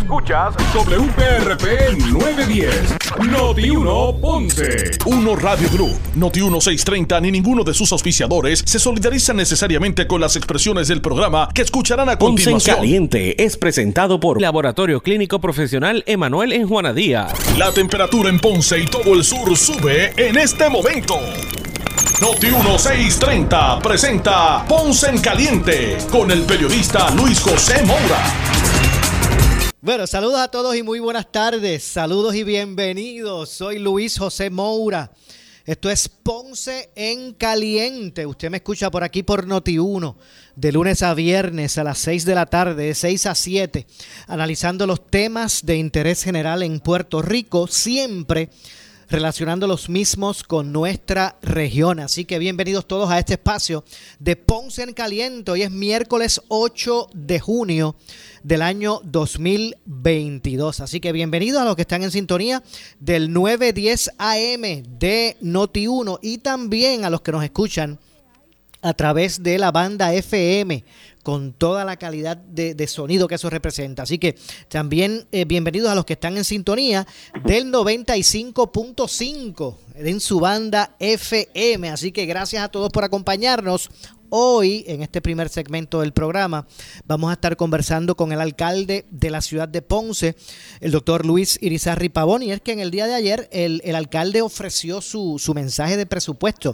Escuchas WPRP 910, Noti1 Ponce. Uno Radio Group, Noti1 630 ni ninguno de sus auspiciadores se solidarizan necesariamente con las expresiones del programa que escucharán a continuación. Ponce en Caliente es presentado por Laboratorio Clínico Profesional Emanuel en Juana Díaz. La temperatura en Ponce y todo el sur sube en este momento. Noti1 630 presenta Ponce en Caliente con el periodista Luis José Moura. Bueno, saludos a todos y muy buenas tardes. Saludos y bienvenidos. Soy Luis José Moura. Esto es Ponce en Caliente. Usted me escucha por aquí por Noti1, de lunes a viernes a las 6 de la tarde, de 6 a 7, analizando los temas de interés general en Puerto Rico, siempre relacionando los mismos con nuestra región. Así que bienvenidos todos a este espacio de Ponce en Caliente. Hoy es miércoles 8 de junio del año 2022. Así que bienvenidos a los que están en sintonía del 910 AM de Noti1 y también a los que nos escuchan a través de la banda FM con toda la calidad de sonido que eso representa. Así que también bienvenidos a los que están en sintonía del 95.5 en su banda FM. Así que gracias a todos por acompañarnos. Hoy, en este primer segmento del programa, vamos a estar conversando con el alcalde de la ciudad de Ponce, el doctor Luis Irizarry Pavón, y es que en el día de ayer el alcalde ofreció su mensaje de presupuesto.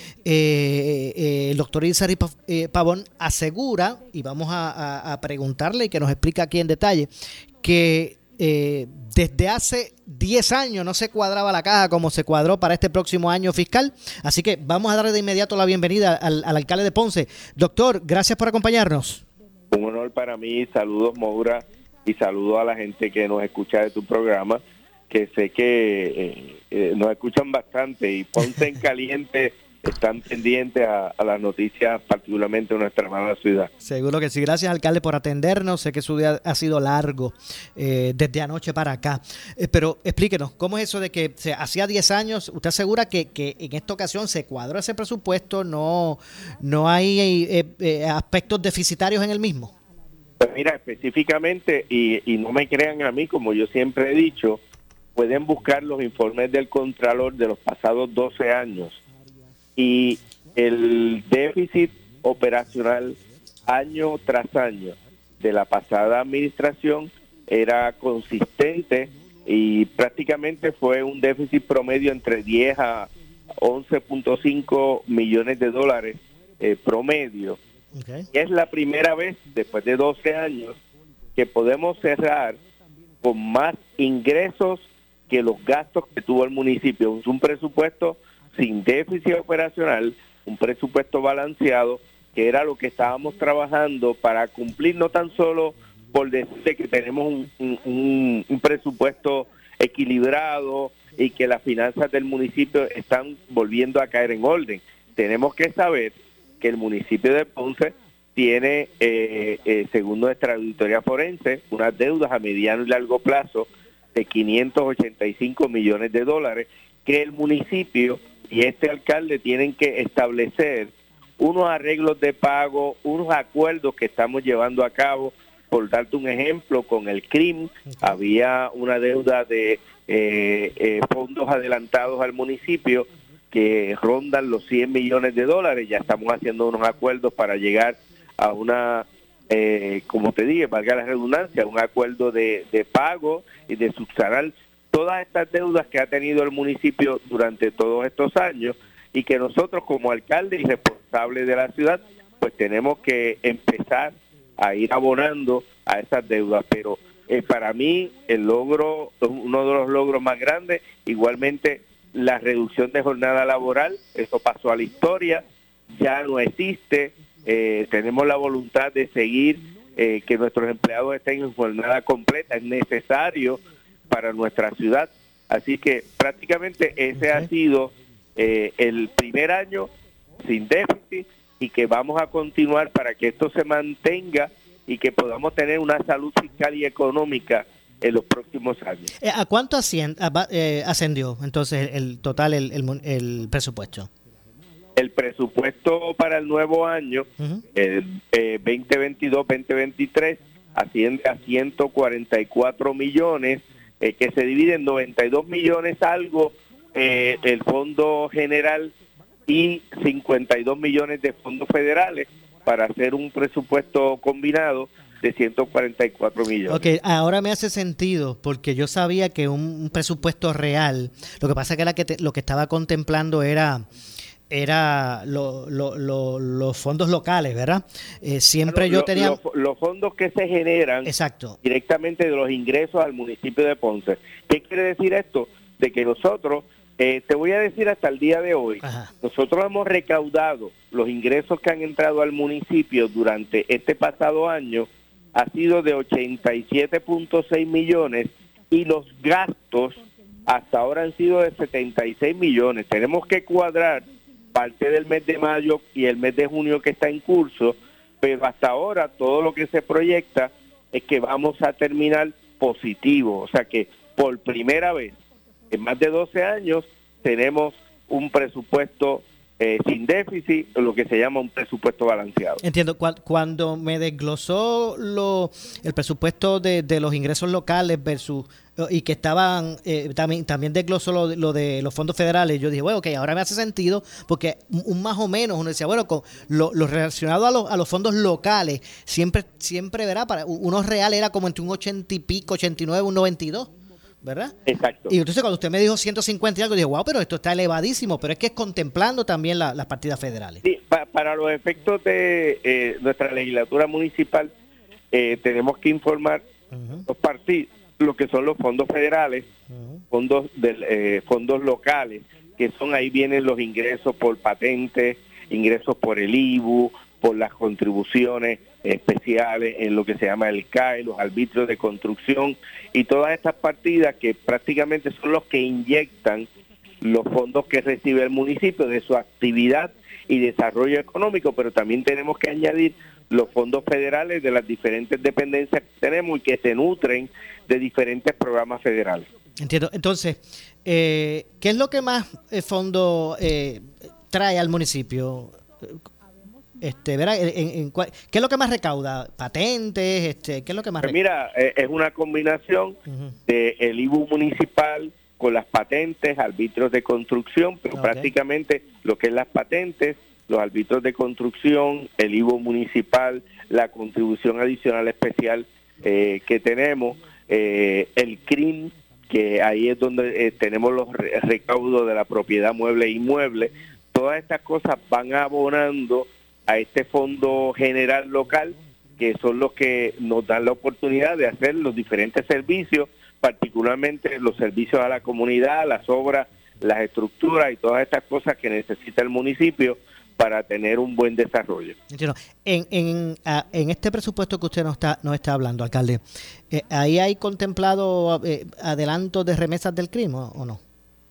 El doctor Irizarry Pavón asegura, y vamos a preguntarle y que nos explique aquí en detalle, que desde hace 10 años no se cuadraba la caja como se cuadró para este próximo año fiscal. Así que vamos a darle de inmediato la bienvenida al alcalde de Ponce. Doctor, gracias por acompañarnos. Un honor para mí. Saludos, Moura, y saludos a la gente que nos escucha de tu programa, que sé que nos escuchan bastante, y Ponce en Caliente están pendientes a las noticias, particularmente de nuestra amada ciudad. Seguro que sí. Gracias, alcalde, por atendernos. Sé que su día ha sido largo desde anoche para acá. Pero explíquenos, ¿cómo es eso de que hacía 10 años, usted asegura que en esta ocasión se cuadró ese presupuesto, no hay aspectos deficitarios en el mismo? Pues mira, específicamente, y no me crean a mí, como yo siempre he dicho, pueden buscar los informes del Contralor de los pasados 12 años. Y el déficit operacional año tras año de la pasada administración era consistente y prácticamente fue un déficit promedio entre 10 a 11.5 millones de dólares promedio. Okay. Es la primera vez después de 12 años que podemos cerrar con más ingresos que los gastos que tuvo el municipio. Es un presupuesto sin déficit operacional, un presupuesto balanceado, que era lo que estábamos trabajando para cumplir, no tan solo por decir que tenemos un presupuesto equilibrado y que las finanzas del municipio están volviendo a caer en orden. Tenemos que saber que el municipio de Ponce tiene, según nuestra auditoría forense, unas deudas a mediano y largo plazo de 585 millones de dólares, que el municipio y este alcalde tienen que establecer unos arreglos de pago, unos acuerdos que estamos llevando a cabo. Por darte un ejemplo, con el CRIM había una deuda de fondos adelantados al municipio que rondan los 100 millones de dólares. Ya estamos haciendo unos acuerdos para llegar a una, como te dije, valga la redundancia, un acuerdo de pago y de subsanar todas estas deudas que ha tenido el municipio durante todos estos años, y que nosotros como alcalde y responsable de la ciudad pues tenemos que empezar a ir abonando a esas deudas. Pero para mí el logro, uno de los logros más grandes, igualmente la reducción de jornada laboral, eso pasó a la historia, ya no existe. Tenemos la voluntad de seguir, que nuestros empleados estén en jornada completa, es necesario para nuestra ciudad. Así que prácticamente ese ha sido el primer año sin déficit, y que vamos a continuar para que esto se mantenga y que podamos tener una salud fiscal y económica en los próximos años. ¿A cuánto ascendió entonces el total, el presupuesto? El presupuesto para el nuevo año, el 2022-2023, asciende a 144 millones, que se divide en 92 millones algo el fondo general y 52 millones de fondos federales para hacer un presupuesto combinado de 144 millones. Ok, ahora me hace sentido, porque yo sabía que un presupuesto real, lo que pasa es que lo que estaba contemplando era los fondos locales, ¿verdad? Siempre yo tenía... Los fondos que se generan exacto, directamente de los ingresos al municipio de Ponce. ¿Qué quiere decir esto? De que nosotros, te voy a decir hasta el día de hoy, ajá, nosotros hemos recaudado los ingresos que han entrado al municipio durante este pasado año, ha sido de 87.6 millones y los gastos hasta ahora han sido de 76 millones. Tenemos que cuadrar parte del mes de mayo y el mes de junio que está en curso, pero hasta ahora todo lo que se proyecta es que vamos a terminar positivo, o sea que por primera vez en más de 12 años tenemos un presupuesto sin déficit, lo que se llama un presupuesto balanceado. entiendo. Cuando me desglosó el presupuesto de los ingresos locales versus y que estaban también desglosó lo de los fondos federales, yo dije, bueno, ok, ahora me hace sentido, porque un más o menos uno decía, bueno, con lo relacionado a los fondos locales, siempre verá, para uno real era como entre un 80 y pico, 89, un 92. ¿Verdad? Exacto. Y entonces cuando usted me dijo 150 y algo, dije, wow, pero esto está elevadísimo, pero es que es contemplando también las partidas federales. Sí, para los efectos de nuestra legislatura municipal, tenemos que informar los partidos, lo que son los fondos federales, fondos locales, que son, ahí vienen los ingresos por patentes, ingresos por el IBU, por las contribuciones especiales en lo que se llama el CAE, los arbitrios de construcción y todas estas partidas que prácticamente son los que inyectan los fondos que recibe el municipio de su actividad y desarrollo económico, pero también tenemos que añadir los fondos federales de las diferentes dependencias que tenemos y que se nutren de diferentes programas federales. Entiendo. Entonces, ¿qué es lo que más fondo trae al municipio? ¿Verdad? ¿Qué es lo que más recauda? ¿Patentes? ¿Qué es lo que más recauda? Mira, es una combinación de el IBU municipal con las patentes, arbitrios de construcción, pero prácticamente lo que es las patentes, los arbitrios de construcción, el IBU municipal, la contribución adicional especial que tenemos, el CRIM, que ahí es donde tenemos los recaudos de la propiedad mueble e inmueble. Todas estas cosas van abonando a este fondo general local, que son los que nos dan la oportunidad de hacer los diferentes servicios, particularmente los servicios a la comunidad, las obras, las estructuras y todas estas cosas que necesita el municipio para tener un buen desarrollo. Entiendo. En este presupuesto que usted nos está hablando, alcalde, ¿ahí hay contemplado adelantos de remesas del crimen o no?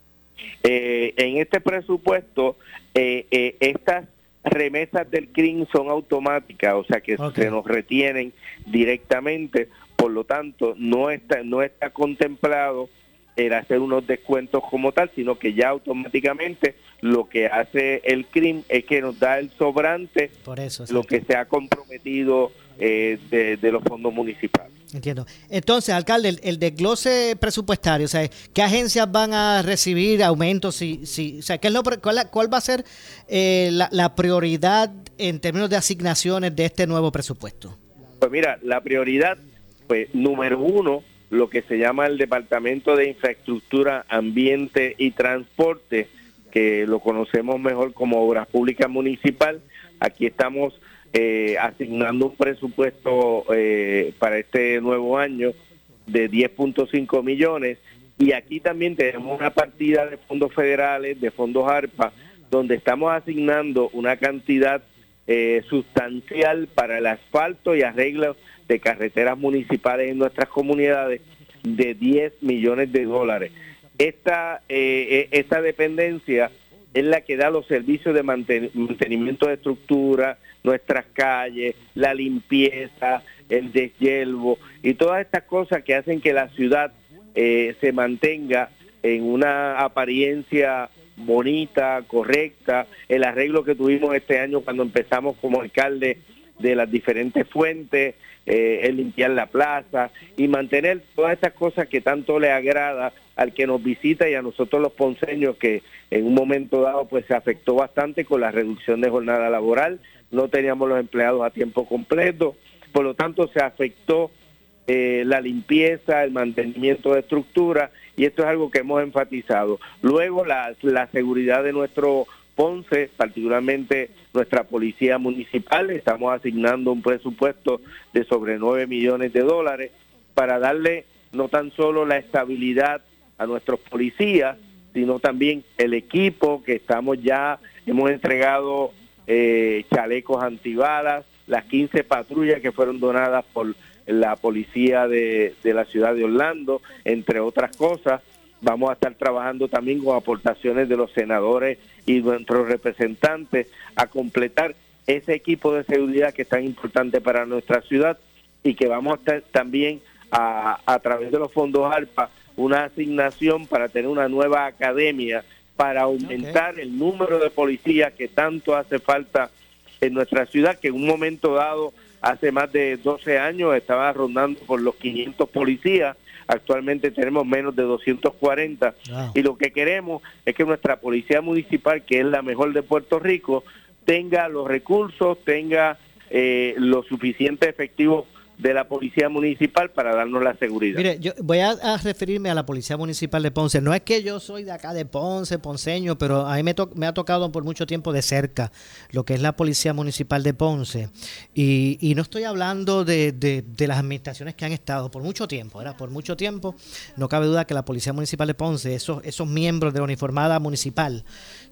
En este presupuesto, estas remesas del CRIM son automáticas, o sea que se nos retienen directamente, por lo tanto no está contemplado el hacer unos descuentos como tal, sino que ya automáticamente lo que hace el CRIM es que nos da el sobrante, por eso, lo que se ha comprometido de los fondos municipales. Entiendo. Entonces, alcalde, el desglose presupuestario, o sea, ¿qué agencias van a recibir aumentos? O sea, ¿cuál va a ser la prioridad en términos de asignaciones de este nuevo presupuesto? Pues mira, la prioridad, pues número uno, lo que se llama el Departamento de Infraestructura, Ambiente y Transporte, que lo conocemos mejor como Obras Públicas Municipal. Aquí estamos asignando un presupuesto para este nuevo año de 10.5 millones, y aquí también tenemos una partida de fondos federales, de fondos ARPA, donde estamos asignando una cantidad sustancial para el asfalto y arreglo de carreteras municipales en nuestras comunidades de 10 millones de dólares. Esta dependencia es la que da los servicios de mantenimiento de estructura, nuestras calles, la limpieza, el deshiervo y todas estas cosas que hacen que la ciudad se mantenga en una apariencia bonita, correcta. El arreglo que tuvimos este año cuando empezamos como alcalde de las diferentes fuentes, el limpiar la plaza y mantener todas estas cosas que tanto le agrada al que nos visita y a nosotros los ponceños, que en un momento dado pues se afectó bastante con la reducción de jornada laboral, no teníamos los empleados a tiempo completo, por lo tanto se afectó la limpieza, el mantenimiento de estructura, y esto es algo que hemos enfatizado. Luego la seguridad de nuestro Ponce, particularmente nuestra policía municipal, estamos asignando un presupuesto de sobre $9 millones para darle no tan solo la estabilidad a nuestros policías, sino también el equipo que hemos entregado chalecos antibalas, las 15 patrullas que fueron donadas por la policía de la ciudad de Orlando, entre otras cosas. Vamos a estar trabajando también con aportaciones de los senadores y nuestros representantes a completar ese equipo de seguridad que es tan importante para nuestra ciudad, y que vamos a estar también a través de los fondos ARPA una asignación para tener una nueva academia para aumentar el número de policías que tanto hace falta en nuestra ciudad, que en un momento dado, hace más de 12 años, estaba rondando por los 500 policías. Actualmente tenemos menos de 240, y lo que queremos es que nuestra policía municipal, que es la mejor de Puerto Rico, tenga los recursos, tenga lo suficiente efectivo de la policía municipal para darnos la seguridad. Mire, yo voy a referirme a la policía municipal de Ponce. No es que yo soy de acá de Ponce, ponceño, pero a mí me ha tocado por mucho tiempo de cerca lo que es la policía municipal de Ponce. Y no estoy hablando de las administraciones que han estado por mucho tiempo, ¿verdad? Por mucho tiempo. No cabe duda que la policía municipal de Ponce, esos miembros de la uniformada municipal,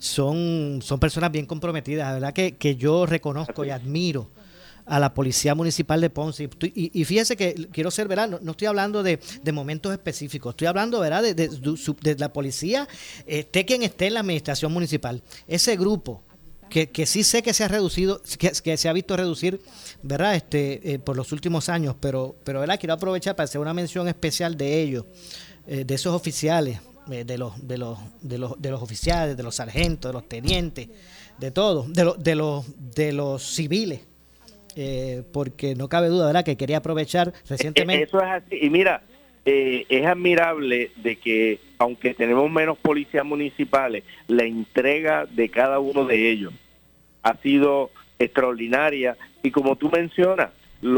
son personas bien comprometidas, ¿verdad? Que yo reconozco y admiro a la Policía Municipal de Ponce. Y fíjese que quiero ser, ¿verdad? No estoy hablando de momentos específicos, estoy hablando, ¿verdad?, de la policía, esté quien esté en la administración municipal. Ese grupo que sí sé que se ha reducido, que se ha visto reducir, ¿verdad?, por los últimos años, pero ¿verdad?, quiero aprovechar para hacer una mención especial de ellos, de esos oficiales, de los oficiales, de los sargentos, de los tenientes, de todos, de los civiles. Porque no cabe duda, ¿verdad?, que quería aprovechar recientemente. Eso es así. Y mira, es admirable de que, aunque tenemos menos policías municipales, la entrega de cada uno de ellos ha sido extraordinaria. Y como tú mencionas,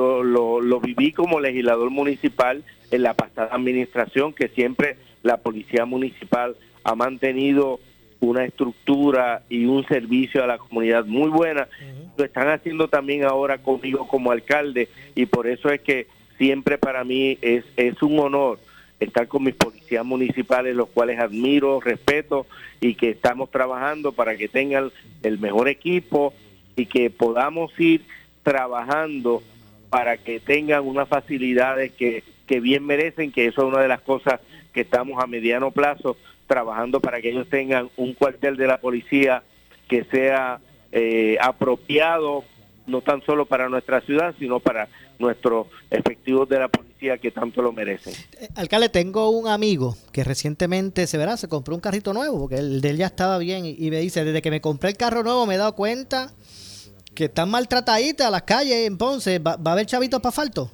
lo viví como legislador municipal en la pasada administración, que siempre la policía municipal ha mantenido una estructura y un servicio a la comunidad muy buena. Lo están haciendo también ahora conmigo como alcalde, y por eso es que siempre para mí es un honor estar con mis policías municipales, los cuales admiro, respeto, y que estamos trabajando para que tengan el mejor equipo y que podamos ir trabajando para que tengan unas facilidades que bien merecen, que eso es una de las cosas que estamos a mediano plazo trabajando, para que ellos tengan un cuartel de la policía que sea apropiado, no tan solo para nuestra ciudad, sino para nuestros efectivos de la policía que tanto lo merecen. Alcalde, tengo un amigo que recientemente se compró un carrito nuevo, porque el de él ya estaba bien, y me dice, desde que me compré el carro nuevo me he dado cuenta que están maltrataditas las calles en Ponce. ¿Va a haber chavitos para asfalto?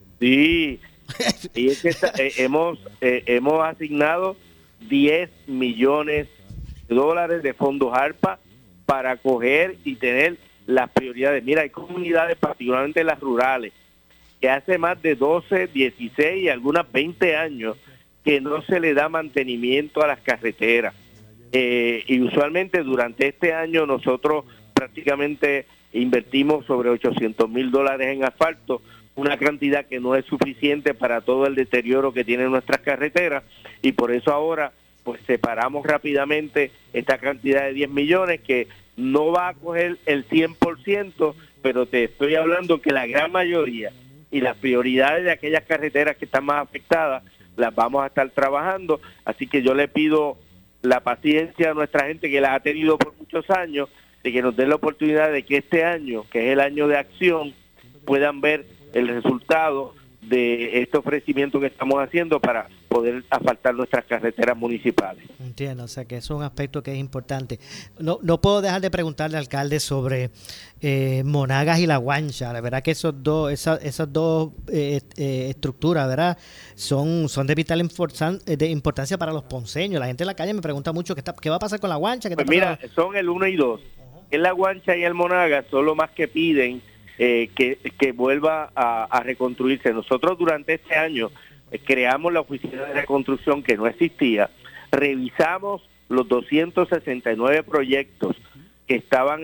Sí, y es que hemos asignado $10 millones de fondos ARPA para coger y tener las prioridades. Mira, hay comunidades, particularmente las rurales, que hace más de 12, 16 y algunas 20 años que no se le da mantenimiento a las carreteras. Y usualmente durante este año nosotros prácticamente invertimos sobre $800,000 en asfalto, una cantidad que no es suficiente para todo el deterioro que tienen nuestras carreteras, y por eso ahora pues separamos rápidamente esta cantidad de 10 millones que no va a coger el 100%, pero te estoy hablando que la gran mayoría y las prioridades de aquellas carreteras que están más afectadas las vamos a estar trabajando. Así que yo le pido la paciencia a nuestra gente, que la ha tenido por muchos años, de que nos den la oportunidad de que este año, que es el año de acción, puedan ver el resultado de este ofrecimiento que estamos haciendo para poder asfaltar nuestras carreteras municipales. Entiendo, o sea que eso es un aspecto que es importante. No puedo dejar de preguntarle al alcalde sobre Monagas y La Guancha. La verdad que esas dos estructuras, ¿verdad? Son de vital importancia para los ponceños. La gente en la calle me pregunta mucho qué va a pasar con La Guancha. Pues mira, son el 1 y 2. En La Guancha y el Monagas son los más que piden que vuelva a reconstruirse. Nosotros durante este año creamos la oficina de reconstrucción que no existía, revisamos los 269 proyectos que estaban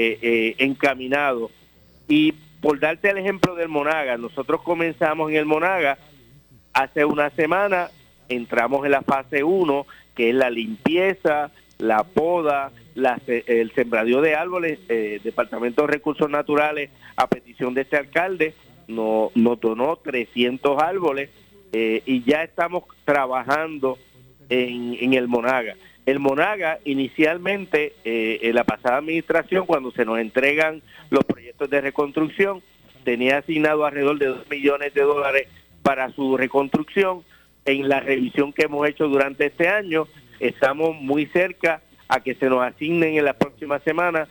encaminados, y por darte el ejemplo del Monaga, nosotros comenzamos en el Monaga hace una semana, entramos en la fase 1, que es la limpieza, la poda, el sembradío de árboles. Departamento de Recursos Naturales, a petición de este alcalde, nos donó 300 árboles, y ya estamos trabajando en el Monaga. El Monaga, inicialmente, en la pasada administración, cuando se nos entregan los proyectos de reconstrucción, tenía asignado alrededor de $2 millones para su reconstrucción. En la revisión que hemos hecho durante este año, estamos muy cerca a que se nos asignen en la próxima semana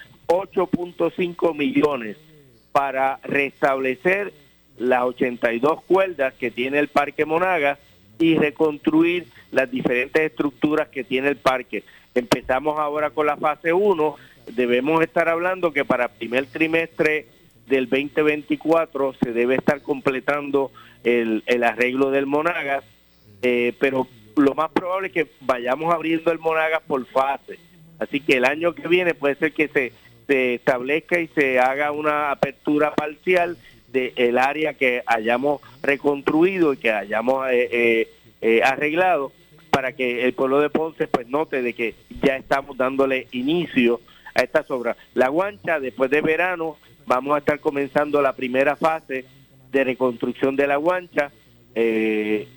8.5 millones para restablecer las 82 cuerdas que tiene el Parque Monagas y reconstruir las diferentes estructuras que tiene el parque. Empezamos ahora con la fase 1, debemos estar hablando que para primer trimestre del 2024 se debe estar completando el arreglo del Monagas, pero lo más probable es que vayamos abriendo el Monagas por fase. Así que el año que viene puede ser que se establezca y se haga una apertura parcial del área que hayamos reconstruido y que hayamos arreglado, para que el pueblo de Ponce pues note de que ya estamos dándole inicio a estas obras. La Guancha, después de verano, vamos a estar comenzando la primera fase de reconstrucción de La Guancha. Hay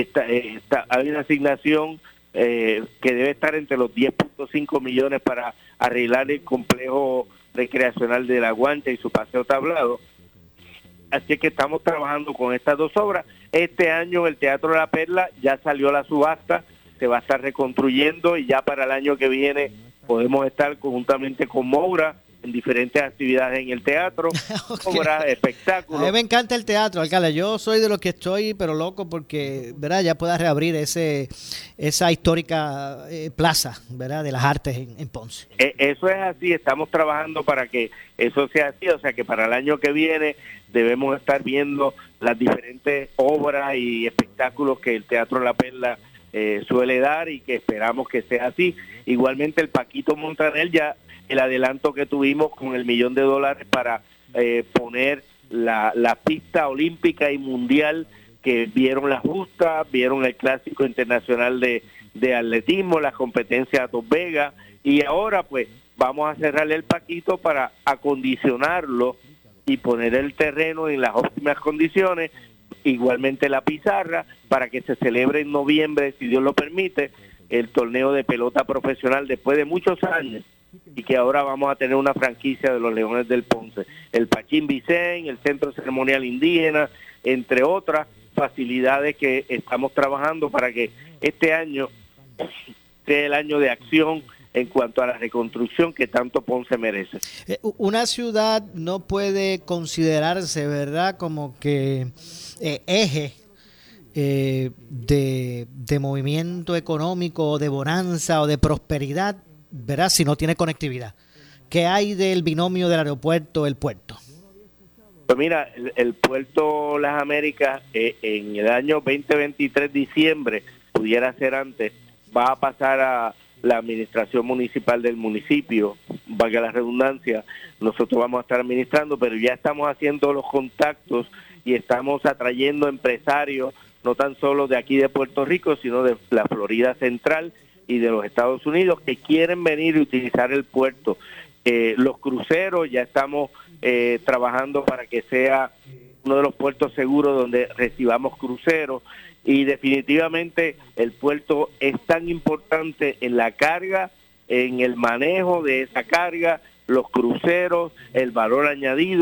una asignación que debe estar entre los 10.5 millones para arreglar el complejo recreacional de La Guancha y su paseo tablado. Así que estamos trabajando con estas dos obras. Este año el Teatro de la Perla ya salió a la subasta, se va a estar reconstruyendo, y ya para el año que viene podemos estar conjuntamente con Moura en diferentes actividades en el teatro, obras, espectáculos. A mí me encanta el teatro, alcalde. Yo soy de los que estoy, pero loco, porque, ¿verdad?, ya pueda reabrir esa histórica plaza, ¿verdad?, de las artes en Ponce. Eso es así, estamos trabajando para que eso sea así, o sea que para el año que viene debemos estar viendo las diferentes obras y espectáculos que el Teatro La Perla suele dar, y que esperamos que sea así. Igualmente el Paquito Montaner, ya el adelanto que tuvimos con $1 millón para poner la pista olímpica y mundial, que vieron la justa, vieron el Clásico Internacional de Atletismo, la competencia Atos Vega, y ahora pues vamos a cerrarle el Paquito para acondicionarlo y poner el terreno en las óptimas condiciones, igualmente la pizarra, para que se celebre en noviembre, si Dios lo permite, el torneo de pelota profesional después de muchos años, y que ahora vamos a tener una franquicia de los Leones del Ponce, el Pachín Vicén, el Centro Ceremonial Indígena, entre otras facilidades que estamos trabajando para que este año sea el año de acción en cuanto a la reconstrucción que tanto Ponce merece. Una ciudad no puede considerarse, ¿verdad?, como que eje de movimiento económico, de bonanza o de prosperidad, ¿verdad?, si no tiene conectividad. ¿Qué hay del binomio del aeropuerto, el puerto? Pues mira, el puerto Las Américas en el año 2023, diciembre, pudiera ser antes, va a pasar a la administración municipal del municipio, valga la redundancia. Nosotros vamos a estar administrando, pero ya estamos haciendo los contactos y estamos atrayendo empresarios, no tan solo de aquí de Puerto Rico, sino de la Florida Central y de los Estados Unidos, que quieren venir y utilizar el puerto. Los cruceros, ya estamos trabajando para que sea uno de los puertos seguros donde recibamos cruceros, y definitivamente el puerto es tan importante en la carga, en el manejo de esa carga, los cruceros, el valor añadido,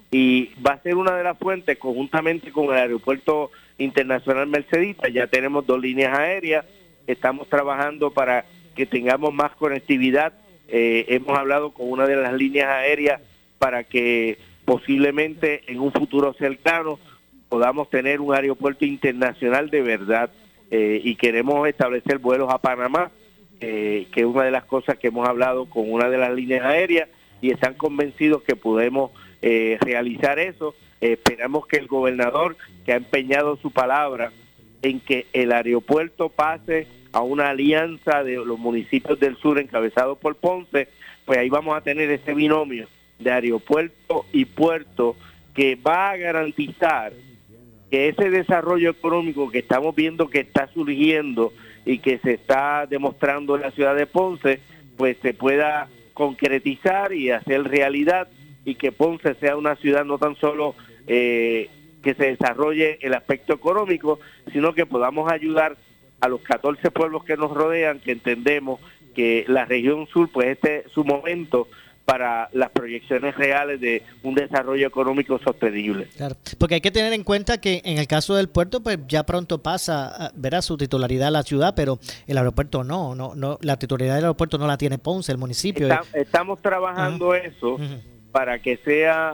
y va a ser una de las fuentes conjuntamente con el Aeropuerto Internacional Mercedita. Ya tenemos 2 líneas aéreas, estamos trabajando para que tengamos más conectividad. Hemos hablado con una de las líneas aéreas para que posiblemente en un futuro cercano podamos tener un aeropuerto internacional de verdad, y queremos establecer vuelos a Panamá, que es una de las cosas que hemos hablado con una de las líneas aéreas y están convencidos que podemos realizar eso. Esperamos que el gobernador, que ha empeñado su palabra en que el aeropuerto pase a una alianza de los municipios del sur encabezado por Ponce, pues ahí vamos a tener ese binomio de aeropuerto y puerto que va a garantizar que ese desarrollo económico que estamos viendo que está surgiendo y que se está demostrando en la ciudad de Ponce, pues se pueda concretizar y hacer realidad, y que Ponce sea una ciudad no tan solo que se desarrolle el aspecto económico, sino que podamos ayudar a los 14 pueblos que nos rodean, que entendemos que la región sur, pues este es su momento para las proyecciones reales de un desarrollo económico sostenible. Claro, porque hay que tener en cuenta que en el caso del puerto, pues ya pronto pasa, verá, su titularidad a la ciudad, pero el aeropuerto no, la titularidad del aeropuerto no la tiene Ponce, el municipio. Estamos trabajando eso para que sea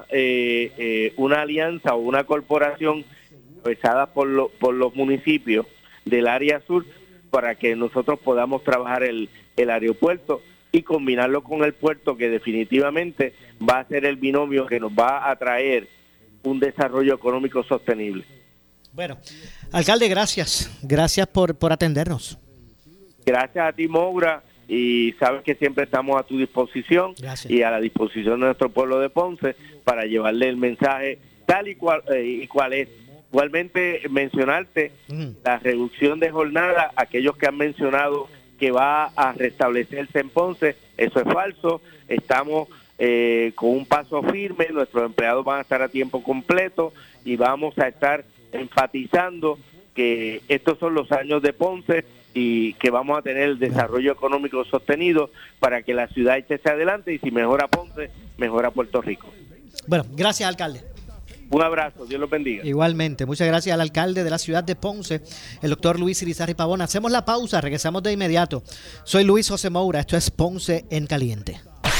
una alianza o una corporación pesada por los municipios del área sur, para que nosotros podamos trabajar el aeropuerto y combinarlo con el puerto, que definitivamente va a ser el binomio que nos va a traer un desarrollo económico sostenible. Bueno, alcalde, gracias por atendernos. Gracias a ti, Moura, y sabes que siempre estamos a tu disposición. Gracias. Y a la disposición de nuestro pueblo de Ponce para llevarle el mensaje tal y cual es. Igualmente mencionarte la reducción de jornada, aquellos que han mencionado que va a restablecerse en Ponce, eso es falso. Estamos con un paso firme, nuestros empleados van a estar a tiempo completo y vamos a estar enfatizando que estos son los años de Ponce y que vamos a tener el desarrollo económico sostenido para que la ciudad eche hacia adelante, y si mejora Ponce, mejora Puerto Rico. Bueno, gracias, alcalde. Un abrazo, Dios los bendiga. Igualmente, muchas gracias al alcalde de la ciudad de Ponce, el doctor Luis Irizarry Pavón. Hacemos la pausa, regresamos de inmediato. Soy Luis José Moura, esto es Ponce en Caliente.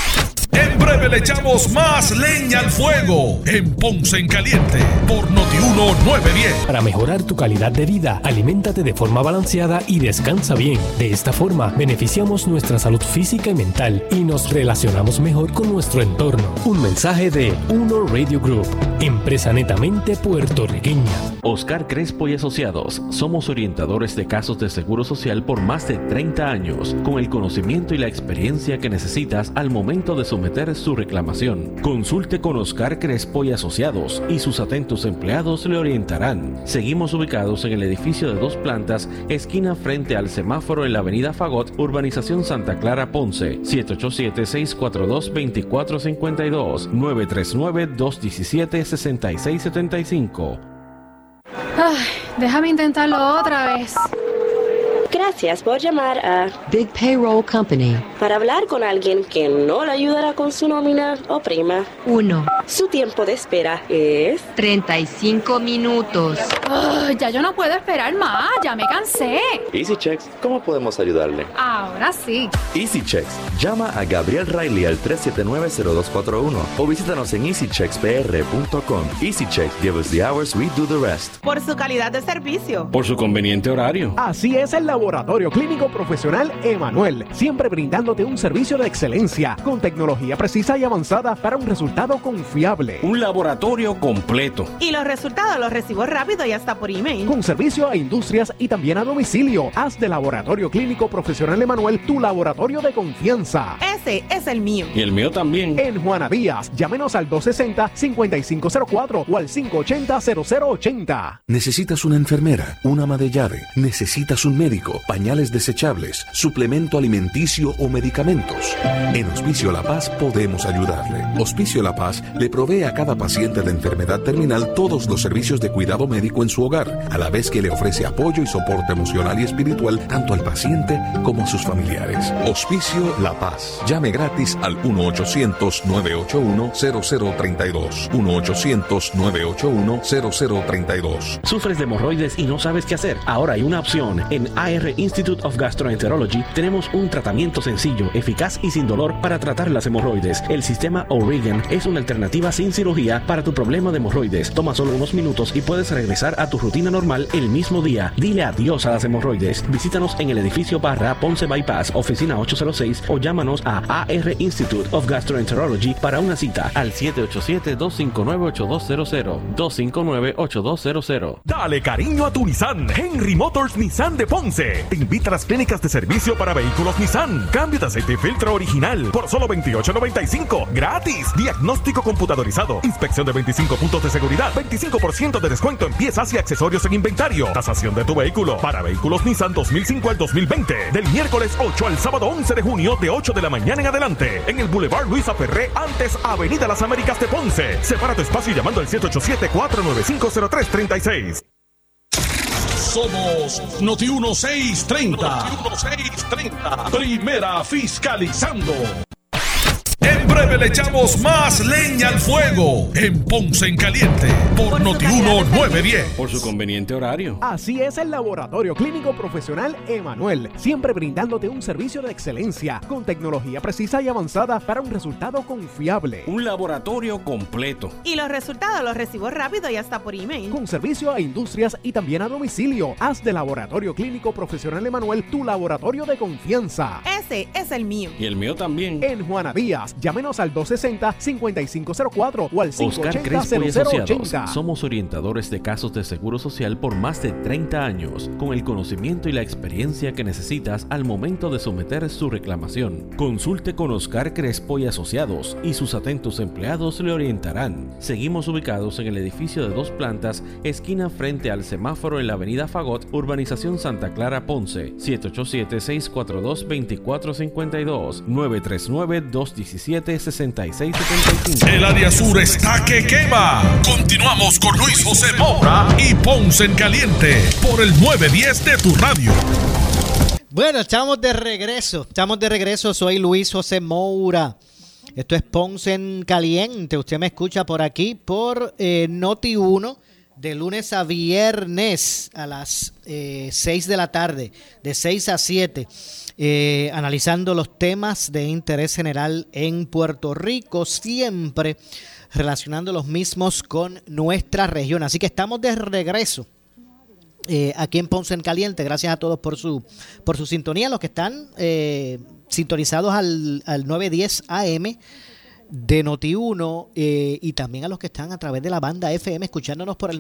En breve le echamos más leña al fuego en Ponce en Caliente por Noti1 910. Para mejorar tu calidad de vida, aliméntate de forma balanceada y descansa bien. De esta forma, beneficiamos nuestra salud física y mental y nos relacionamos mejor con nuestro entorno. Un mensaje de Uno Radio Group, empresa netamente puertorriqueña. Oscar Crespo y Asociados. Somos orientadores de casos de seguro social por más de 30 años, con el conocimiento y la experiencia que necesitas al momento de someter su reclamación. Consulte con Oscar Crespo y Asociados y sus atentos empleados le orientarán. Seguimos ubicados en el edificio de 2 plantas, esquina frente al semáforo en la avenida Fagot, urbanización Santa Clara, Ponce. 787-642-2452, 939-217-6675. Ay, déjame intentarlo otra vez. Gracias por llamar a Big Payroll Company. Para hablar con alguien que no le ayudará con su nómina, oprima 1. Su tiempo de espera es 35 minutos. Oh, ya yo no puedo esperar más, ya me cansé. Easy Checks, ¿cómo podemos ayudarle? Ahora sí. Easy Checks, llama a Gabriel Riley al 379-0241 o visítanos en easycheckspr.com. Easy Checks, give us the hours, we do the rest. Por su calidad de servicio. Por su conveniente horario. Así es el Laboratorio Clínico Profesional Emanuel, siempre brindándote un servicio de excelencia con tecnología precisa y avanzada para un resultado confiable. Un laboratorio completo. Y los resultados los recibo rápido y hasta por email. Con servicio a industrias y también a domicilio. Haz de Laboratorio Clínico Profesional Emanuel tu laboratorio de confianza. Ese es el mío. Y el mío también. En Juana Díaz, llámenos al 260-5504 o al 580-0080. Necesitas una enfermera, una ama de llave, necesitas un médico. pañales desechables, suplemento alimenticio o medicamentos. En Hospicio La Paz podemos ayudarle. Hospicio La Paz le provee a cada paciente de enfermedad terminal todos los servicios de cuidado médico en su hogar, a la vez que le ofrece apoyo y soporte emocional y espiritual tanto al paciente como a sus familiares. Hospicio La Paz. Llame gratis al 1-800-981-0032. 1-800-981-0032. ¿Sufres de hemorroides y no sabes qué hacer? Ahora hay una opción. En AR Institute of Gastroenterology tenemos un tratamiento sencillo, eficaz y sin dolor para tratar las hemorroides. El sistema O'Regan es una alternativa sin cirugía para tu problema de hemorroides. Toma solo unos minutos y puedes regresar a tu rutina normal el mismo día. Dile adiós a las hemorroides. Visítanos en el edificio Barra Ponce Bypass, oficina 806, o llámanos a AR Institute of Gastroenterology para una cita al 787-259-8200. 259-8200. Dale cariño a tu Nissan. Henry Motors Nissan de Ponce te invita a las clínicas de servicio para vehículos Nissan. Cambio de aceite y filtro original por solo $28.95. Gratis. Diagnóstico computadorizado. Inspección de 25 puntos de seguridad. 25% de descuento en piezas y accesorios en inventario. Tasación de tu vehículo para vehículos Nissan 2005 al 2020. Del miércoles 8 al sábado 11 de junio de 8 de la mañana en adelante. En el Boulevard Luisa Ferré, antes Avenida Las Américas de Ponce. Separa tu espacio llamando al 787-495-0336. Somos Noti 1630. Primera fiscalizando. En breve le echamos más leña al fuego en Ponce en Caliente por Noti 910. Por su conveniente horario. Así es el Laboratorio Clínico Profesional Emanuel, siempre brindándote un servicio de excelencia con tecnología precisa y avanzada para un resultado confiable. Un laboratorio completo. Y los resultados los recibo rápido y hasta por email. Con servicio a industrias y también a domicilio. Haz de Laboratorio Clínico Profesional Emanuel tu laboratorio de confianza. Ese es el mío. Y el mío también. En Juana Díaz. Llámenos al 260-5504 o al 580-0080. Somos orientadores de casos de seguro social por más de 30 años, con el conocimiento y la experiencia que necesitas al momento de someter su reclamación. Consulte con Oscar Crespo y Asociados y sus atentos empleados le orientarán. Seguimos ubicados en el edificio de 2 plantas, esquina frente al semáforo en la avenida Fagot, urbanización Santa Clara, Ponce. 787-642-2452, 939-217-6675. El área sur está que quema. Continuamos con Luis José Moura y Ponce en Caliente por el 910 de tu radio. Bueno, estamos de regreso. Soy Luis José Moura. Esto es Ponce en Caliente. Usted me escucha por aquí por Noti 1 de lunes a viernes a las 6 de la tarde, de 6 a 7. Analizando los temas de interés general en Puerto Rico, siempre relacionando los mismos con nuestra región. Así que estamos de regreso aquí en Ponce en Caliente. Gracias a todos por su sintonía, los que están sintonizados al 910 AM de Noti 1 y también a los que están a través de la banda FM escuchándonos por el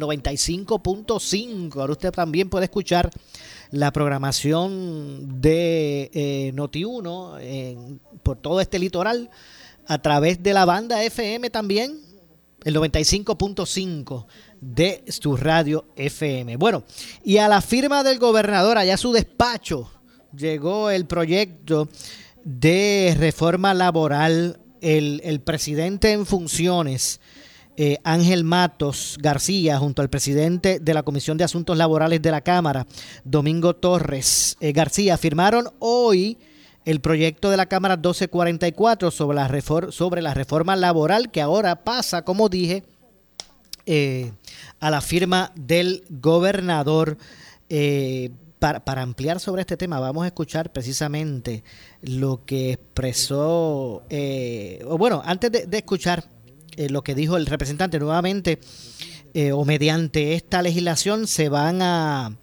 95.5. Ahora usted también puede escuchar la programación de Noti 1 por todo este litoral a través de la banda FM también, el 95.5 de su radio FM. Bueno, y a la firma del gobernador, allá a su despacho, llegó el proyecto de reforma laboral. El presidente en funciones, Ángel Matos García, junto al presidente de la Comisión de Asuntos Laborales de la Cámara, Domingo Torres García, firmaron hoy el proyecto de la Cámara 1244 sobre la reforma laboral, que ahora pasa, como dije, a la firma del gobernador. Para ampliar sobre este tema, vamos a escuchar precisamente lo que expresó, antes de escuchar lo que dijo el representante, nuevamente, o mediante esta legislación se van a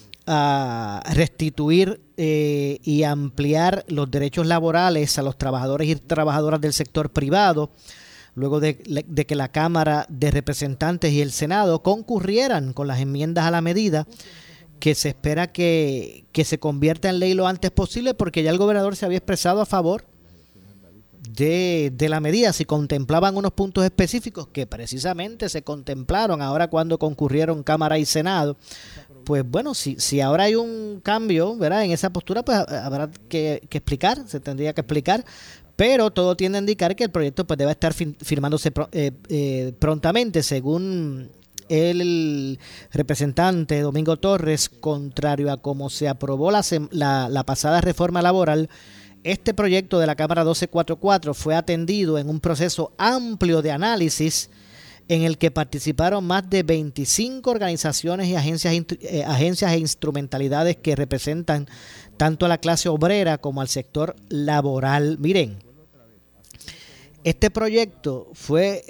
restituir y ampliar los derechos laborales a los trabajadores y trabajadoras del sector privado, luego de que la Cámara de Representantes y el Senado concurrieran con las enmiendas a la medida, que se espera que se convierta en ley lo antes posible, porque ya el gobernador se había expresado a favor de la medida, si contemplaban unos puntos específicos que precisamente se contemplaron ahora cuando concurrieron Cámara y Senado. Pues bueno, si ahora hay un cambio, ¿verdad?, en esa postura, pues habrá que explicar, se tendría que explicar, pero todo tiende a indicar que el proyecto pues debe estar firmándose prontamente, según el representante Domingo Torres. Contrario a cómo se aprobó la pasada reforma laboral, este proyecto de la Cámara 1244 fue atendido en un proceso amplio de análisis en el que participaron más de 25 organizaciones y agencias e instrumentalidades que representan tanto a la clase obrera como al sector laboral. Miren, este proyecto fue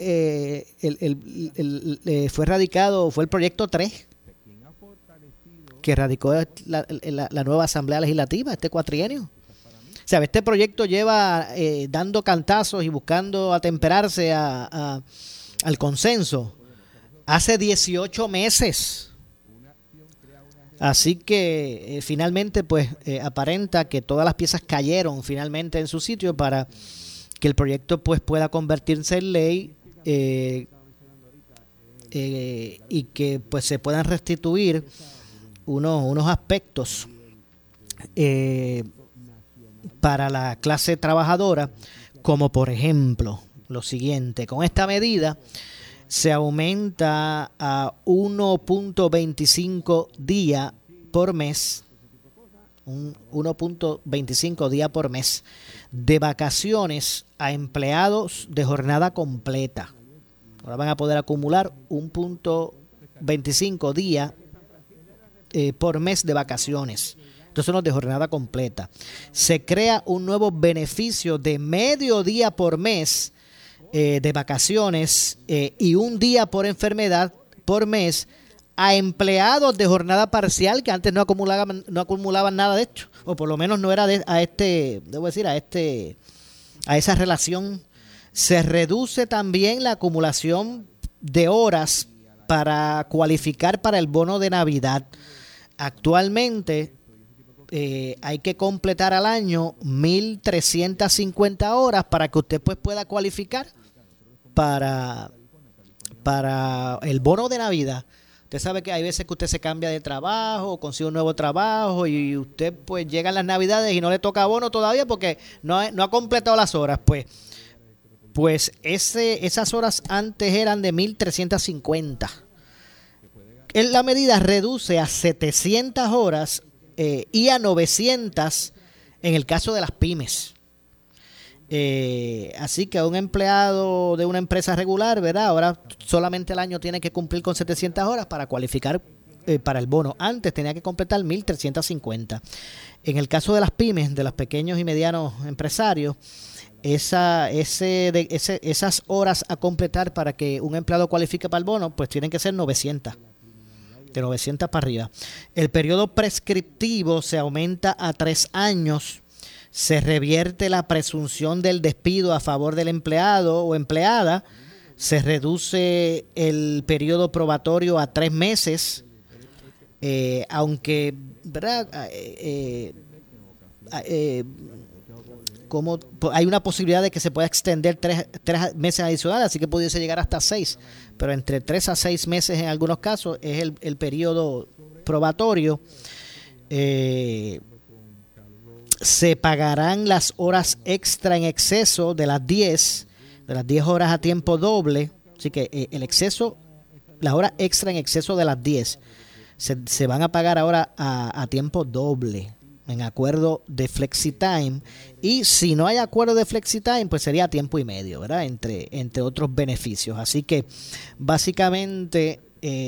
fue el proyecto 3 que radicó la nueva Asamblea Legislativa este cuatrienio. O sea, este proyecto lleva dando cantazos y buscando atemperarse al consenso hace 18 meses. Así que finalmente pues aparenta que todas las piezas cayeron finalmente en su sitio para que el proyecto pues pueda convertirse en ley y que pues se puedan restituir unos aspectos para la clase trabajadora, como por ejemplo lo siguiente: con esta medida se aumenta a 1.25 días por mes, 1.25 días por mes de vacaciones a empleados de jornada completa. Ahora van a poder acumular 1.25 días por mes de vacaciones. Estos son los de jornada completa. Se crea un nuevo beneficio de medio día por mes de vacaciones y un día por enfermedad por mes a empleados de jornada parcial que antes no acumulaban nada de hecho, o por lo menos no era a esa relación. Se reduce también la acumulación de horas para cualificar para el bono de Navidad. Actualmente hay que completar al año 1.350 horas para que usted pues pueda cualificar para el bono de Navidad. Usted sabe que hay veces que usted se cambia de trabajo, consigue un nuevo trabajo y usted pues llega en las Navidades y no le toca bono todavía porque no ha completado las horas. Pues esas horas antes eran de 1.350. La medida reduce a 700 horas y a 900 en el caso de las pymes. Así que a un empleado de una empresa regular, ¿verdad?, ahora solamente al año tiene que cumplir con 700 horas para cualificar para el bono. Antes tenía que completar 1.350. En el caso de las pymes, de los pequeños y medianos empresarios, esas horas a completar para que un empleado cualifique para el bono, pues tienen que ser 900. De 900 para arriba. El periodo prescriptivo se aumenta a 3 años. Se revierte la presunción del despido a favor del empleado o empleada. Se reduce el periodo probatorio a 3 meses. Aunque, ¿verdad? Como hay una posibilidad de que se pueda extender 3 meses adicionales, así que pudiese llegar hasta 6, pero entre 3 a 6 meses en algunos casos es el periodo probatorio. Se pagarán las horas extra en exceso de las 10 horas a tiempo doble, así que las horas extra en exceso de las 10 se van a pagar ahora a tiempo doble, en acuerdo de FlexiTime, y si no hay acuerdo de FlexiTime, pues sería a tiempo y medio, ¿verdad? Entre otros beneficios. Así que básicamente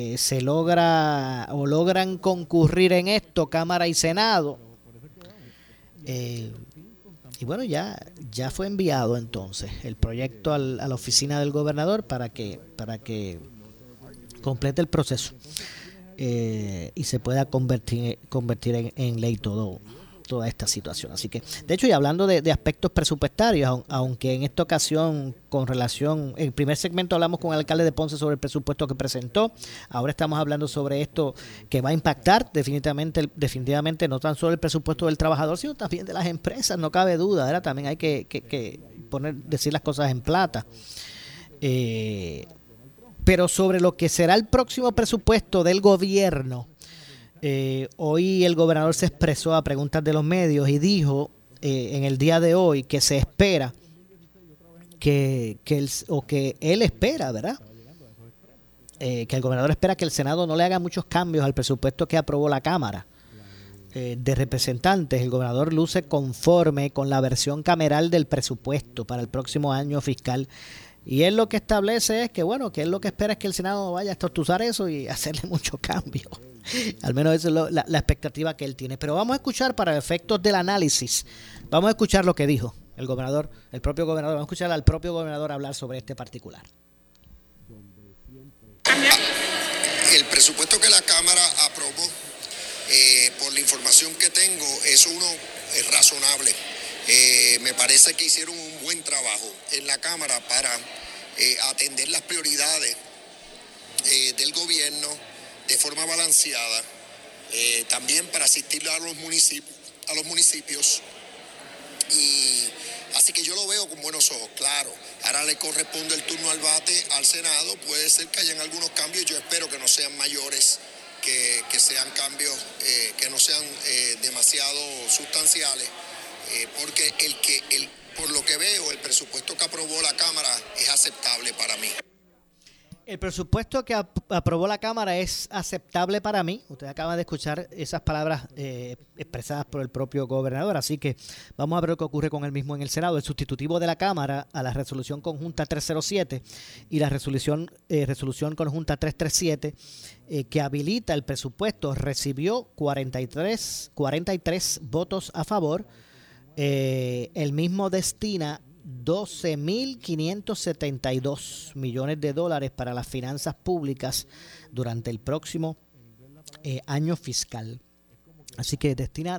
logran concurrir en esto Cámara y Senado. Y bueno, ya fue enviado entonces el proyecto a la oficina del gobernador para que complete el proceso. Y se pueda convertir en ley toda esta situación. Así que, de hecho, y hablando de aspectos presupuestarios, aunque en esta ocasión en el primer segmento hablamos con el alcalde de Ponce sobre el presupuesto que presentó, ahora estamos hablando sobre esto que va a impactar definitivamente no tan solo el presupuesto del trabajador, sino también de las empresas, no cabe duda. Ahora también hay que decir las cosas en plata. Pero sobre lo que será el próximo presupuesto del gobierno, hoy el gobernador se expresó a preguntas de los medios y dijo en el día de hoy que se espera que él espera, ¿verdad? Que el gobernador espera que el Senado no le haga muchos cambios al presupuesto que aprobó la Cámara de Representantes. El gobernador luce conforme con la versión cameral del presupuesto para el próximo año fiscal. Y él lo que establece es que, bueno, que él lo que espera es que el Senado no vaya a tortuzar eso y hacerle muchos cambios. Al menos esa es la expectativa que él tiene. Pero vamos a escuchar, para efectos del análisis, vamos a escuchar lo que dijo el gobernador, el propio gobernador. Vamos a escuchar al propio gobernador hablar sobre este particular. El presupuesto que la Cámara aprobó, por la información que tengo, es uno razonable. Me parece que hicieron un buen trabajo en la Cámara para atender las prioridades del gobierno de forma balanceada, también para asistir a los municipios. Y así que yo lo veo con buenos ojos, claro. Ahora le corresponde el turno al bate al Senado. Puede ser que hayan algunos cambios. Yo espero que no sean mayores, que sean cambios que no sean demasiado sustanciales. Porque por lo que veo, el presupuesto que aprobó la Cámara es aceptable para mí. El presupuesto que aprobó la Cámara es aceptable para mí. Usted acaba de escuchar esas palabras expresadas por el propio gobernador, así que vamos a ver lo que ocurre con él mismo en el Senado. El sustitutivo de la Cámara a la resolución conjunta 307 y la resolución conjunta 337 que habilita el presupuesto recibió 43 votos a favor. El mismo destina $12.572 millones para las finanzas públicas durante el próximo año fiscal. Así que destina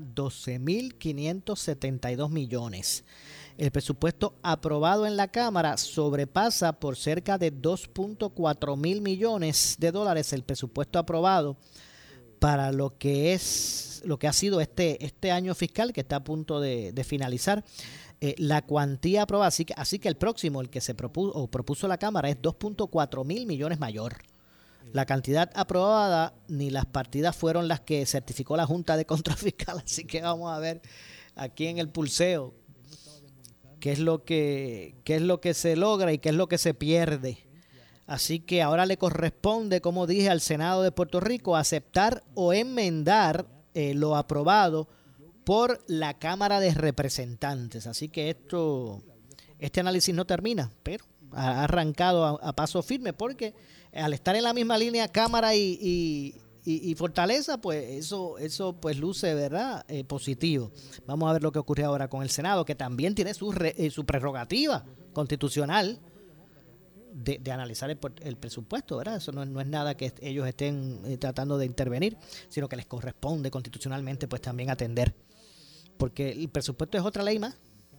12.572 millones. El presupuesto aprobado en la Cámara sobrepasa por cerca de 2.4 mil millones de dólares el presupuesto aprobado para lo que ha sido este año fiscal que está a punto de finalizar. La cuantía aprobada, así que el próximo, el que se propuso la Cámara, es 2.4 mil millones mayor. La cantidad aprobada ni las partidas fueron las que certificó la Junta de Control Fiscal, así que vamos a ver aquí en el pulseo qué es lo que se logra y qué es lo que se pierde. Así que ahora le corresponde, como dije, al Senado de Puerto Rico aceptar o enmendar lo aprobado por la Cámara de Representantes. Así que este análisis no termina, pero ha arrancado a paso firme, porque al estar en la misma línea Cámara y Fortaleza, pues eso pues luce, ¿verdad?, positivo. Vamos a ver lo que ocurre ahora con el Senado, que también tiene su prerrogativa constitucional de analizar el presupuesto, ¿verdad? Eso no es nada que ellos estén tratando de intervenir, sino que les corresponde constitucionalmente pues también atender, porque el presupuesto es otra ley más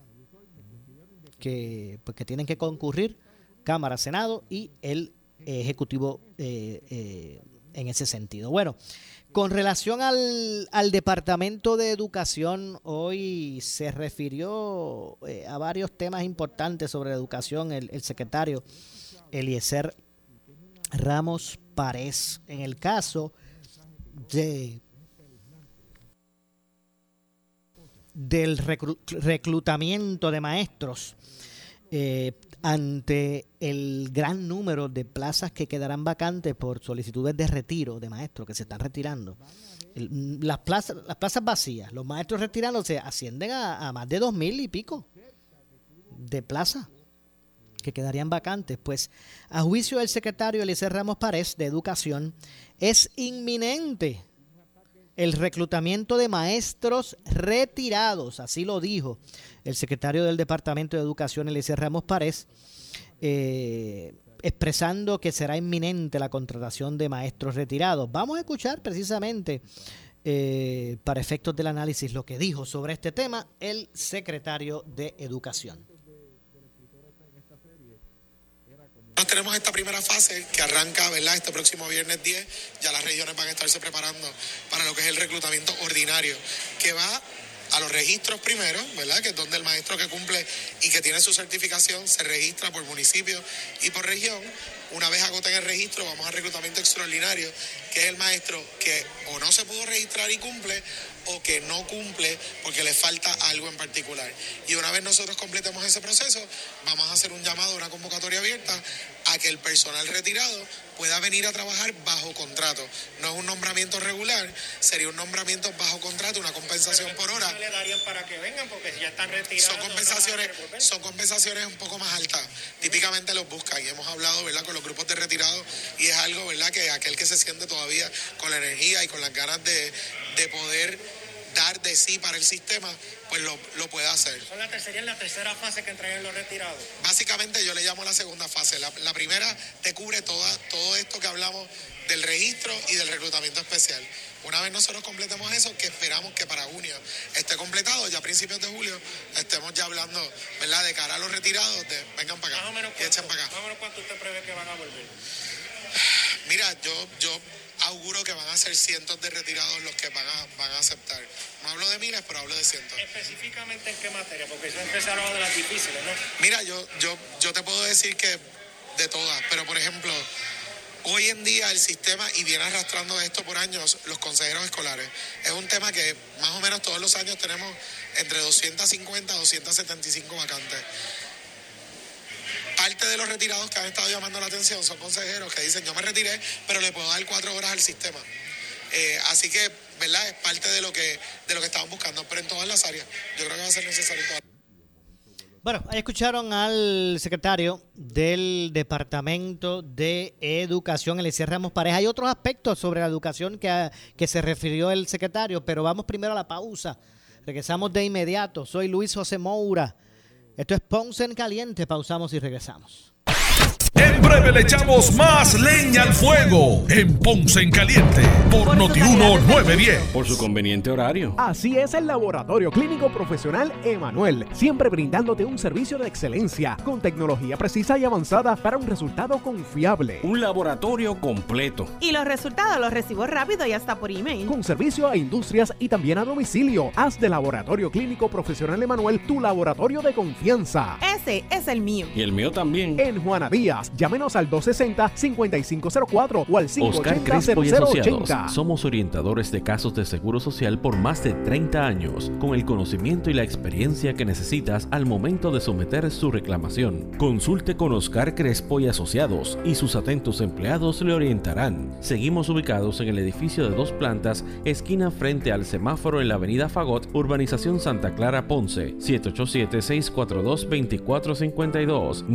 que tienen que concurrir Cámara, Senado y el Ejecutivo en ese sentido. Bueno, con relación al Departamento de Educación, hoy se refirió a varios temas importantes sobre educación el secretario Eliezer Ramos Párez. En el caso del reclutamiento de maestros, ante el gran número de plazas que quedarán vacantes por solicitudes de retiro de maestros que se están retirando, las plazas vacías, los maestros retirándose ascienden a más de 2,000 y pico de plazas que quedarían vacantes. Pues a juicio del secretario Eliezer Ramos Párez de Educación, es inminente el reclutamiento de maestros retirados, así lo dijo el secretario del Departamento de Educación, Eliezer Ramos Párez, expresando que será inminente la contratación de maestros retirados. Vamos a escuchar precisamente, para efectos del análisis, lo que dijo sobre este tema el secretario de Educación. Tenemos esta primera fase que arranca, ¿verdad?, este próximo viernes 10. Ya las regiones van a estarse preparando para lo que es el reclutamiento ordinario, que va a los registros primero, ¿verdad? Que es donde el maestro que cumple y que tiene su certificación se registra por municipio y por región. Una vez agoten el registro, vamos a reclutamiento extraordinario, que es el maestro que o no se pudo registrar y cumple, o que no cumple porque le falta algo en particular. Y una vez nosotros completemos ese proceso, vamos a hacer un llamado, una convocatoria abierta a que el personal retirado pueda venir a trabajar bajo contrato. No es un nombramiento regular, sería un nombramiento bajo contrato, una compensación por hora. ¿Qué le darían para que vengan? Porque ya están retirados. Son compensaciones un poco más altas. Típicamente los buscan y hemos hablado, ¿verdad?, con los grupos de retirados, y es algo, ¿verdad?, que aquel que se siente todavía con la energía y con las ganas de poder dar de sí para el sistema, pues lo puede hacer. Sería la tercera fase que entregan los retirados. Básicamente yo le llamo la segunda fase. La primera te cubre todo esto que hablamos del registro y del reclutamiento especial. Una vez nosotros completemos eso, que esperamos que para junio esté completado, ya a principios de julio estemos ya hablando, ¿verdad?, de cara a los retirados, de vengan para acá y echen para acá. Más o menos ¿cuánto usted prevé que van a volver? Mira, yo auguro que van a ser cientos de retirados los que van a aceptar. No hablo de miles, pero hablo de cientos. ¿Específicamente en qué materia? Porque eso empezaron de las difíciles, ¿no? Mira, yo te puedo decir que de todas, pero por ejemplo, hoy en día el sistema, y viene arrastrando esto por años, los consejeros escolares, es un tema que más o menos todos los años tenemos entre 250 a 275 vacantes. Parte de los retirados que han estado llamando la atención son consejeros que dicen, yo me retiré, pero le puedo dar 4 horas al sistema. Así que, ¿verdad?, es parte de lo que estaban buscando, pero en todas las áreas. Yo creo que va a ser necesario en todas. Bueno, ahí escucharon al secretario del Departamento de Educación, Eliezer Ramos Pareja. Hay otros aspectos sobre la educación que se refirió el secretario, pero vamos primero a la pausa. Regresamos de inmediato. Soy Luis José Moura. Esto es Ponce en Caliente. Pausamos y regresamos. En breve le echamos más leña al fuego en Ponce en Caliente por Noti1 910. Por su conveniente horario. Así es el Laboratorio Clínico Profesional Emanuel, siempre brindándote un servicio de excelencia con tecnología precisa y avanzada para un resultado confiable. Un laboratorio completo. Y los resultados los recibo rápido y hasta por email. Con servicio a industrias y también a domicilio. Haz de Laboratorio Clínico Profesional Emanuel tu laboratorio de confianza. Ese es el mío. Y el mío también. En Juana Díaz, llámenos al 260-5504 o al 580-0080. Oscar Crespo y Asociados. Somos orientadores de casos de seguro social por más de 30 años, con el conocimiento y la experiencia que necesitas al momento de someter su reclamación. Consulte con Oscar Crespo y Asociados y sus atentos empleados le orientarán. Seguimos ubicados en el edificio de 2 plantas, esquina frente al semáforo en la avenida Fagot, urbanización Santa Clara, Ponce. 787-642-2452,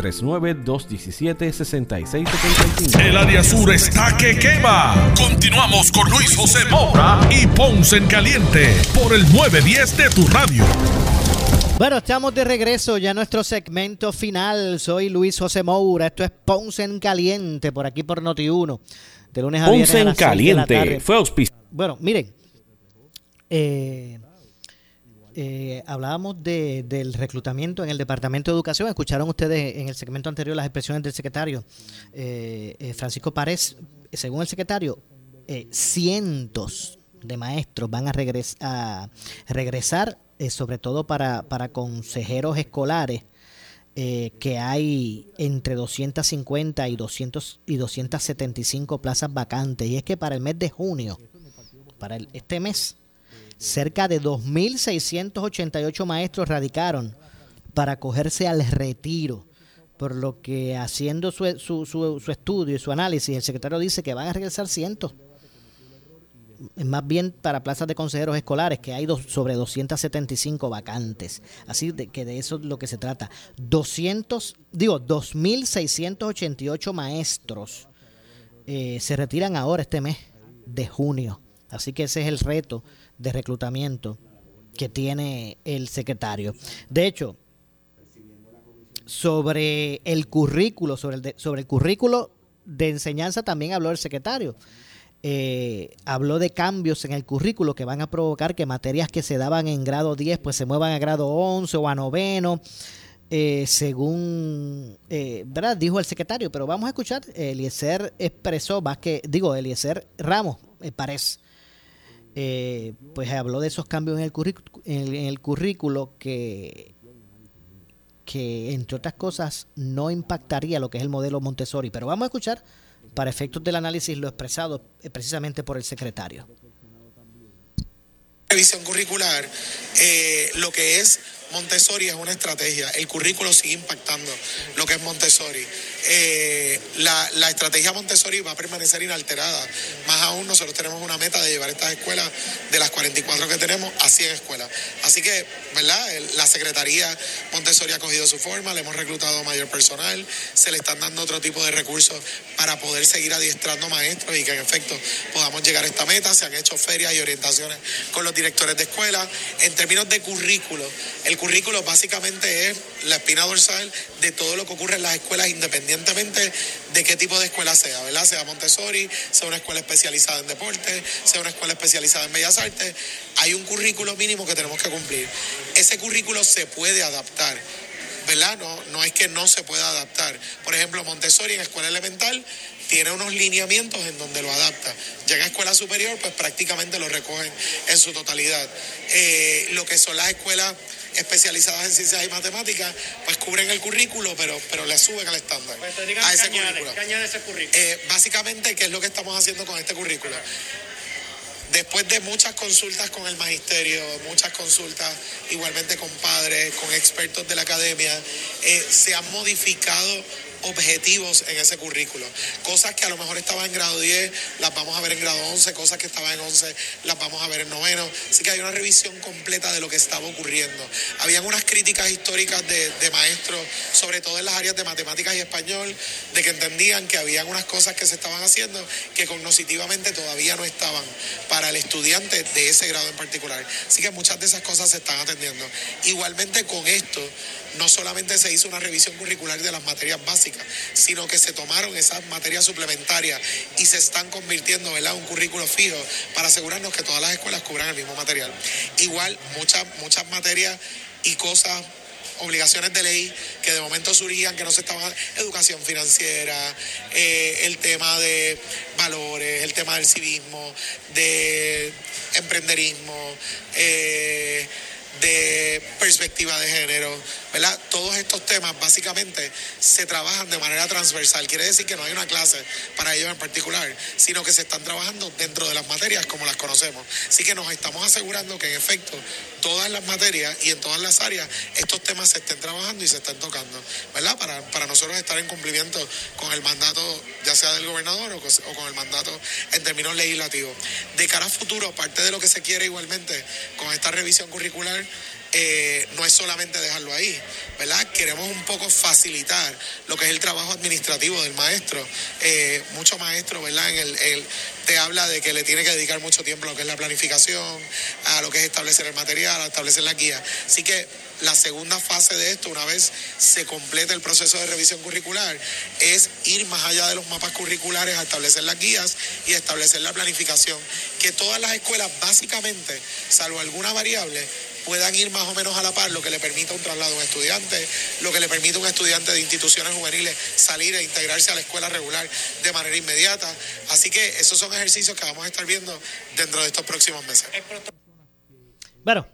939-217-6675. El área sur está que quema. Continuamos con Luis José Moura y Ponce en Caliente por el 910 de tu radio. Bueno, estamos de regreso ya a nuestro segmento final. Soy Luis José Moura. Esto es Ponce en Caliente por aquí por Noti1. De lunes a viernes Ponce a en las 6 de la Caliente tarde. fue auspiciado. Bueno, miren. Hablábamos del reclutamiento en el Departamento de Educación. Escucharon ustedes en el segmento anterior las expresiones del secretario Francisco Párez. Según el secretario, cientos de maestros van a regresar, sobre todo para consejeros escolares, que hay entre 250 y 275 plazas vacantes. Y es que para el mes de junio, para este mes, cerca de 2.688 maestros radicaron para acogerse al retiro, por lo que haciendo su estudio y su análisis, el secretario dice que van a regresar cientos. Más bien para plazas de consejeros escolares, que hay sobre 275 vacantes. Así que de eso es lo que se trata. 2.688 maestros se retiran ahora este mes de junio. Así que ese es el reto de reclutamiento que tiene el secretario. De hecho, sobre el currículo, sobre el currículo de enseñanza también habló el secretario. Habló de cambios en el currículo que van a provocar que materias que se daban en grado 10 pues se muevan a grado 11 o a noveno, según ¿verdad? Dijo el secretario. Pero vamos a escuchar. Eliezer Ramos Párez pues habló de esos cambios en el currículo que entre otras cosas no impactaría lo que es el modelo Montessori. Pero vamos a escuchar, para efectos del análisis, lo expresado precisamente por el secretario. Revisión curricular, lo que es Montessori es una estrategia, el currículo sigue impactando lo que es Montessori. La estrategia Montessori va a permanecer inalterada, más aún nosotros tenemos una meta de llevar estas escuelas, de las 44 que tenemos, a 100 escuelas. Así que, ¿verdad? La Secretaría Montessori ha cogido su forma, le hemos reclutado mayor personal, se le están dando otro tipo de recursos para poder seguir adiestrando maestros y que en efecto podamos llegar a esta meta. Se han hecho ferias y orientaciones con los directores de escuela. En términos de currículo, el currículo básicamente es la espina dorsal de todo lo que ocurre en las escuelas, independientemente de qué tipo de escuela sea, ¿verdad? Sea Montessori, sea una escuela especializada en deporte, sea una escuela especializada en bellas artes, hay un currículo mínimo que tenemos que cumplir. Ese currículo se puede adaptar, ¿verdad? No es que no se pueda adaptar. Por ejemplo, Montessori en escuela elemental tiene unos lineamientos en donde lo adapta. Llega a escuela superior, pues prácticamente lo recogen en su totalidad. Lo que son las escuelas especializadas en ciencias y matemáticas, pues cubren el currículo, pero le suben al estándar. Pues a ese currículo. ¿Qué añade ese currículo? Básicamente, ¿qué es lo que estamos haciendo con este currículo? Después de muchas consultas con el magisterio, muchas consultas igualmente con padres, con expertos de la academia, se han modificado objetivos en ese currículo. Cosas que a lo mejor estaban en grado 10, las vamos a ver en grado 11, cosas que estaban en 11, las vamos a ver en noveno. Así que hay una revisión completa de lo que estaba ocurriendo. Habían unas críticas históricas de maestros, sobre todo en las áreas de matemáticas y español, de que entendían que habían unas cosas que se estaban haciendo que cognitivamente todavía no estaban para el estudiante de ese grado en particular. Así que muchas de esas cosas se están atendiendo. Igualmente con esto, no solamente se hizo una revisión curricular de las materias básicas, sino que se tomaron esas materias suplementarias y se están convirtiendo, ¿verdad?, en un currículo fijo para asegurarnos que todas las escuelas cubran el mismo material. Igual, muchas materias y cosas, obligaciones de ley que de momento surgían que no se estaban, educación financiera, el tema de valores, el tema del civismo, de emprenderismo, de perspectiva de género, ¿verdad? Todos estos temas básicamente se trabajan de manera transversal. Quiere decir que no hay una clase para ellos en particular, sino que se están trabajando dentro de las materias como las conocemos. Así que nos estamos asegurando que en efecto todas las materias y en todas las áreas estos temas se estén trabajando y se estén tocando, ¿verdad? Para nosotros estar en cumplimiento con el mandato, ya sea del gobernador o con el mandato en términos legislativos. De cara a futuro, parte de lo que se quiere igualmente con esta revisión curricular no es solamente dejarlo ahí, ¿verdad? Queremos un poco facilitar lo que es el trabajo administrativo del maestro. Mucho maestro, ¿verdad? Te habla de que le tiene que dedicar mucho tiempo a lo que es la planificación, a lo que es establecer el material, a establecer la guía. Así que la segunda fase de esto, una vez se complete el proceso de revisión curricular, es ir más allá de los mapas curriculares a establecer las guías y establecer la planificación. Que todas las escuelas, básicamente, salvo alguna variable, puedan ir más o menos a la par, lo que le permita un traslado a un estudiante, lo que le permita a un estudiante de instituciones juveniles salir e integrarse a la escuela regular de manera inmediata. Así que esos son ejercicios que vamos a estar viendo dentro de estos próximos meses. Bueno,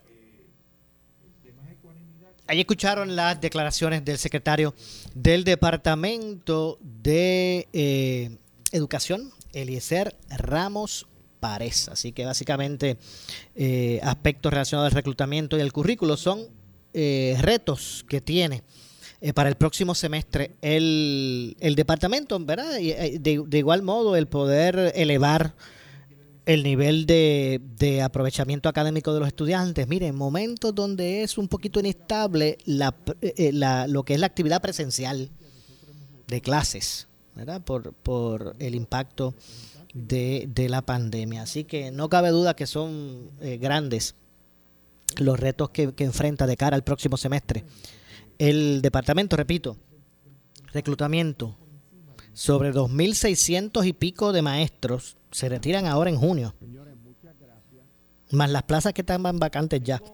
ahí escucharon las declaraciones del secretario del Departamento de Educación, Eliezer Ramos Párez. Así que básicamente aspectos relacionados al reclutamiento y el currículo son retos que tiene para el próximo semestre el departamento, ¿verdad? Y de igual modo el poder elevar el nivel de aprovechamiento académico de los estudiantes. Miren, en momentos donde es un poquito inestable lo que es la actividad presencial de clases, ¿verdad? Por el impacto de la pandemia. Así que no cabe duda que son grandes los retos que enfrenta de cara al próximo semestre el departamento. Repito, reclutamiento, sobre 2.600 y pico de maestros se retiran ahora en junio, más las plazas que estaban vacantes ya.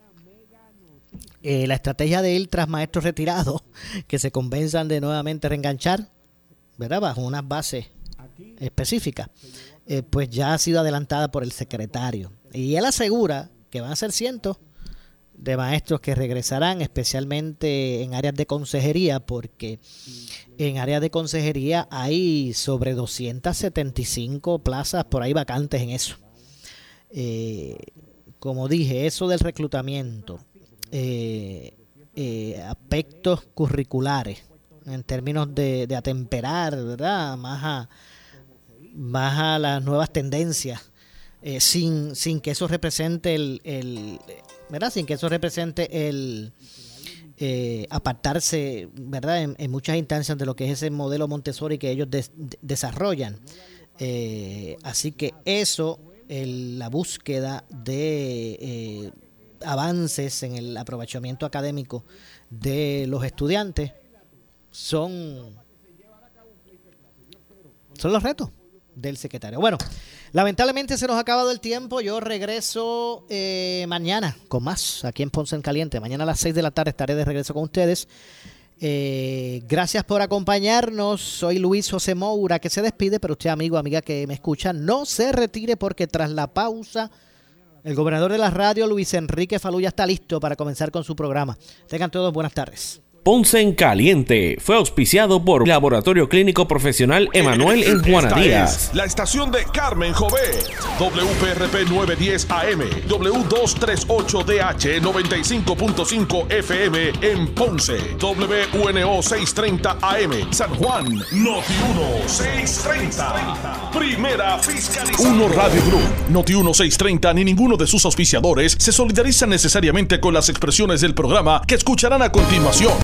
La estrategia de ir tras maestros retirados que se convenzan de nuevamente reenganchar, ¿verdad?, bajo unas bases específicas, pues ya ha sido adelantada por el secretario. Y él asegura que van a ser cientos de maestros que regresarán, especialmente en áreas de consejería, porque en áreas de consejería hay sobre 275 plazas por ahí vacantes en eso. Como dije, eso del reclutamiento, aspectos curriculares, en términos de atemperar, ¿verdad?, más a las nuevas tendencias, sin que eso represente ¿verdad?, sin que eso represente el apartarse, ¿verdad?, en muchas instancias de lo que es ese modelo Montessori que ellos desarrollan. Así que eso, la búsqueda de avances en el aprovechamiento académico de los estudiantes son los retos del secretario. Bueno, lamentablemente se nos ha acabado el tiempo. Yo regreso mañana con más aquí en Ponce en Caliente. Mañana a las 6 de la tarde estaré de regreso con ustedes. Gracias por acompañarnos. Soy Luis José Moura, que se despide, pero usted, amigo, amiga que me escucha, no se retire, porque tras la pausa el gobernador de la radio, Luis Enrique Falú, ya está listo para comenzar con su programa. Tengan todos buenas tardes. Ponce en Caliente fue auspiciado por Laboratorio Clínico Profesional Emanuel en Juana Díaz. La estación de Carmen Jové, WPRP 910 AM, W238DH 95.5 FM en Ponce, WNO 630 AM, San Juan, Noti1 630. Primera fiscalización. Uno Radio Group, Noti1 630 ni ninguno de sus auspiciadores se solidarizan necesariamente con las expresiones del programa que escucharán a continuación.